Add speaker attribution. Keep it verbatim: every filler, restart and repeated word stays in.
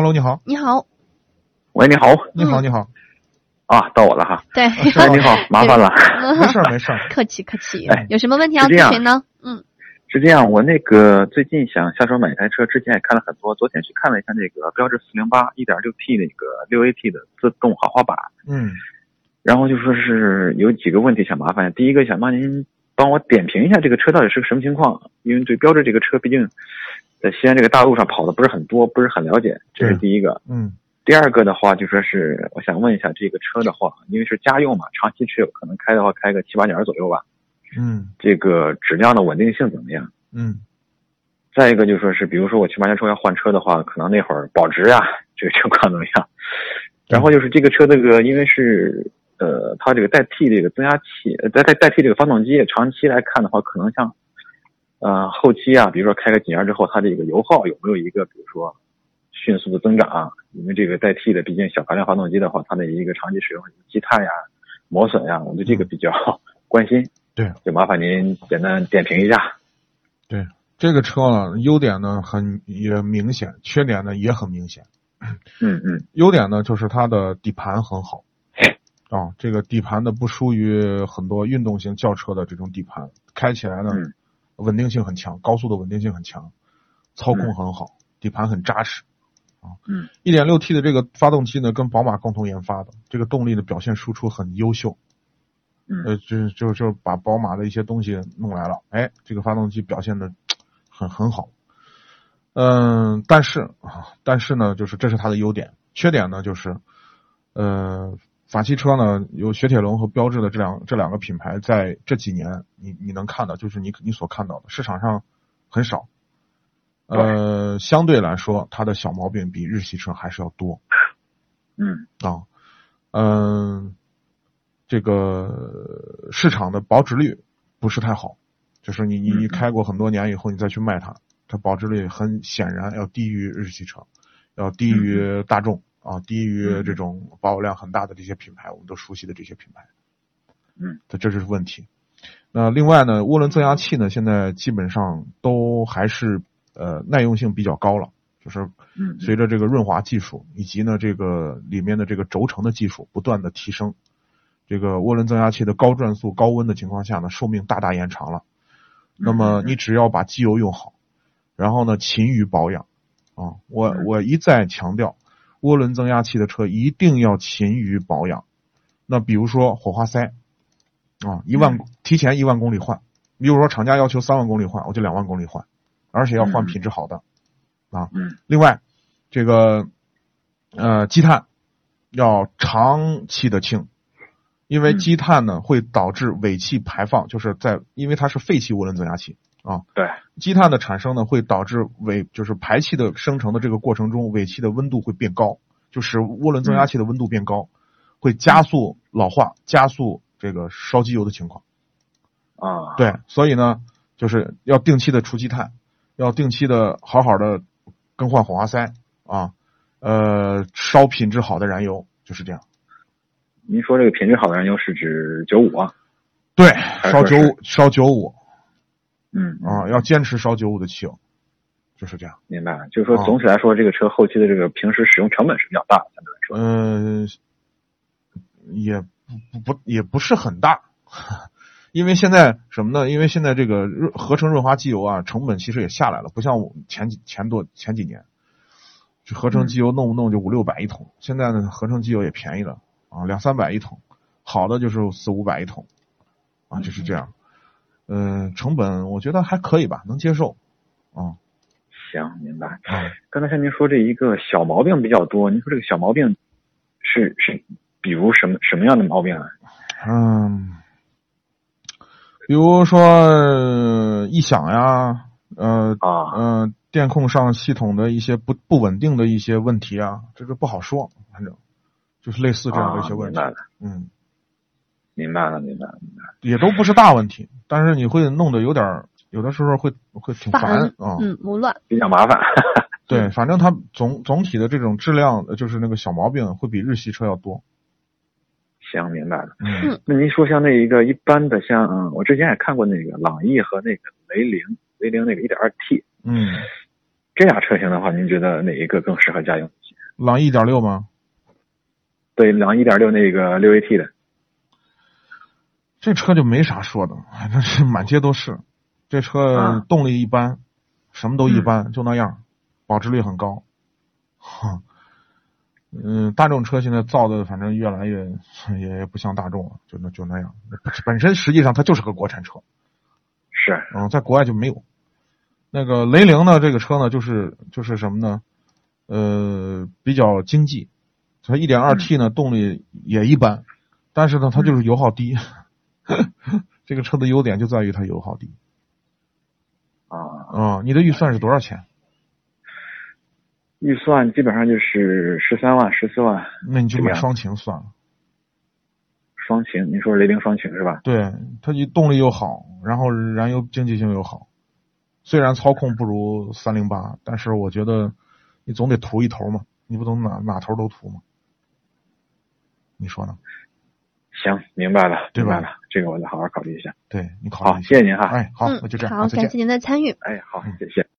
Speaker 1: Hello， 你好。
Speaker 2: 你好。
Speaker 3: 喂，你好。
Speaker 1: 你好，你好。
Speaker 3: 啊，到我了哈。
Speaker 2: 对。
Speaker 3: 哎，你好，麻烦了。
Speaker 1: 没事没事，
Speaker 2: 客气客气。
Speaker 3: 哎，
Speaker 2: 有什么问题要咨询呢？嗯，
Speaker 3: 是这样，我那个最近想下手买一台车，之前也看了很多，昨天去看了一下那个标致四零八 一点六 T 那个六 A T 的自动豪华版。
Speaker 1: 嗯。
Speaker 3: 然后就说是有几个问题想麻烦，第一个想帮您帮我点评一下这个车到底是个什么情况，因为对标致这个车毕竟在西安这个大路上跑的不是很多，不是很了解，这是第一个。
Speaker 1: 嗯。
Speaker 3: 第二个的话就说是我想问一下这个车的话，因为是家用嘛，长期持有，可能开的话开个七八年左右吧。
Speaker 1: 嗯。这
Speaker 3: 个质量的稳定性怎么样？
Speaker 1: 嗯。
Speaker 3: 再一个就说是比如说我七八年之后要换车的话，可能那会儿保值呀，这个情况怎么样？然后就是这个车这个因为是呃它这个代替这个增压器，呃代代代替这个发动机，长期来看的话，可能像呃后期啊，比如说开个几年之后，它这个油耗有没有一个比如说迅速的增长啊？因为这个代替的毕竟小排量发动机的话，它的一个长期使用积碳呀、磨损呀，我对这个比较关心。
Speaker 1: 对，
Speaker 3: 就麻烦您简单点评一下。
Speaker 1: 对，这个车呢，优点呢很也明显，缺点呢也很明显。
Speaker 3: 嗯嗯。
Speaker 1: 优点呢就是它的底盘很好啊，这个底盘的不输于很多运动型轿车的这种底盘，开起来呢、
Speaker 3: 嗯、
Speaker 1: 稳定性很强，高速的稳定性很强，操控很好，嗯、底盘很扎实。啊，
Speaker 3: 嗯 ，
Speaker 1: 一点六 T 的这个发动机呢，跟宝马共同研发的，这个动力的表现输出很优秀。
Speaker 3: 嗯，
Speaker 1: 呃，就就就把宝马的一些东西弄来了，哎，这个发动机表现的很很好。嗯，但是啊，但是呢，就是这是它的优点，缺点呢就是，呃，法系车呢有雪铁龙和标致的这两这两个品牌，在这几年你你能看到，就是你你所看到的市场上很少。呃，相对来说，它的小毛病比日系车还是要多。
Speaker 3: 嗯
Speaker 1: 啊，嗯，这个市场的保值率不是太好，就是你你开过很多年以后，你再去卖它，它保值率很显然要低于日系车，要低于大众啊，低于这种保有量很大的这些品牌，我们都熟悉的这些品牌。
Speaker 3: 嗯，
Speaker 1: 这这是问题。那另外呢，涡轮增压器呢，现在基本上都还是。呃，耐用性比较高了，就是随着这个润滑技术以及呢这个里面的这个轴承的技术不断的提升，这个涡轮增压器的高转速、高温的情况下呢，寿命大大延长了。那么你只要把机油用好，然后呢勤于保养啊，我我一再强调，涡轮增压器的车一定要勤于保养。那比如说火花塞啊，一万提前一万公里换，比如说厂家要求三万公里换，我就两万公里换。而且要换品质好的，
Speaker 3: 嗯、
Speaker 1: 啊，另外，这个呃积碳要长期的清，因为积碳呢会导致尾气排放，就是在因为它是废气涡轮增压器啊，
Speaker 3: 对，
Speaker 1: 积碳的产生呢会导致尾就是排气的生成的这个过程中，尾气的温度会变高，就使涡轮增压器的温度变高，会加速老化，加速这个烧机油的情况
Speaker 3: 啊，
Speaker 1: 对，所以呢就是要定期的除积碳。要定期的好好的更换火花塞啊，呃，烧品质好的燃油，就是这样。
Speaker 3: 您说这个品质好的燃油是指九五啊？
Speaker 1: 对，烧九五，烧九五。
Speaker 3: 嗯
Speaker 1: 啊，要坚持烧九五的汽油，就是这样。
Speaker 3: 明白了，就是说总体来说，啊、这个车后期的这个平时使用成本是比较大的，相对来说。
Speaker 1: 嗯、呃，也不不也不是很大。因为现在什么呢？因为现在这个合成润滑机油啊，成本其实也下来了，不像前几前多前几年，就合成机油弄不弄就五六百一桶，现在呢合成机油也便宜了啊，两三百一桶，好的就是四五百一桶，啊就是这样，嗯、呃，成本我觉得还可以吧，能接受，啊。
Speaker 3: 行，明白。
Speaker 1: 嗯，
Speaker 3: 刚才像您说这一个小毛病比较多，您说这个小毛病是是比如什么什么样的毛病啊？
Speaker 1: 嗯。比如说异响呀，呃，
Speaker 3: 啊，
Speaker 1: 呃，电控上系统的一些不不稳定的一些问题啊，这个不好说，反正就是类似这样的一些问题。
Speaker 3: 啊、明白了，
Speaker 1: 嗯，
Speaker 3: 明白了，明白了，明白了。
Speaker 1: 也都不是大问题，但是你会弄得有点，有的时候会会挺烦啊，
Speaker 2: 嗯，无乱，
Speaker 3: 比较麻烦。
Speaker 1: 对，反正它总总体的这种质量，就是那个小毛病会比日系车要多。
Speaker 3: 行，明白了。
Speaker 1: 嗯，
Speaker 3: 那您说像那一个一般的像，嗯，我之前也看过那个朗逸和那个雷凌，雷凌那个 一点二 T，
Speaker 1: 嗯，
Speaker 3: 这俩车型的话，您觉得哪一个更适合家用一些？
Speaker 1: 朗逸 一点六 吗？
Speaker 3: 对，朗逸 一点六 那个 六 A T 的。
Speaker 1: 这车就没啥说的，反正是满街都是。这车动力一般，啊、什么都一般，嗯、就那样，保值率很高。哈，嗯，大众车现在造的反正越来越也不像大众了，就那就那样。本身实际上它就是个国产车。
Speaker 3: 是。
Speaker 1: 嗯，在国外就没有。那个雷凌呢，这个车呢，就是就是什么呢？呃，比较经济。它 一点二 T 呢，动力也一般，但是呢，它就是油耗低。这个车的优点就在于它油耗低。
Speaker 3: 啊
Speaker 1: 啊，你的预算是多少钱？
Speaker 3: 预算基本上就是十三万、十四万。
Speaker 1: 那你就买双擎算了。
Speaker 3: 双擎，你说雷凌双擎是吧？
Speaker 1: 对，它动力又好，然后燃油经济性又好。虽然操控不如三零八，但是我觉得你总得图一头嘛，你不能哪哪头都图嘛。你说呢？
Speaker 3: 行，明白了，
Speaker 1: 对吧？
Speaker 3: 明白了，这个我再好好考虑一下。
Speaker 1: 对，你考虑一下。
Speaker 3: 好，谢谢您哈。
Speaker 1: 哎，好，
Speaker 2: 嗯、
Speaker 1: 那就这样。
Speaker 2: 好，感谢您的参与。
Speaker 3: 哎，好，谢谢。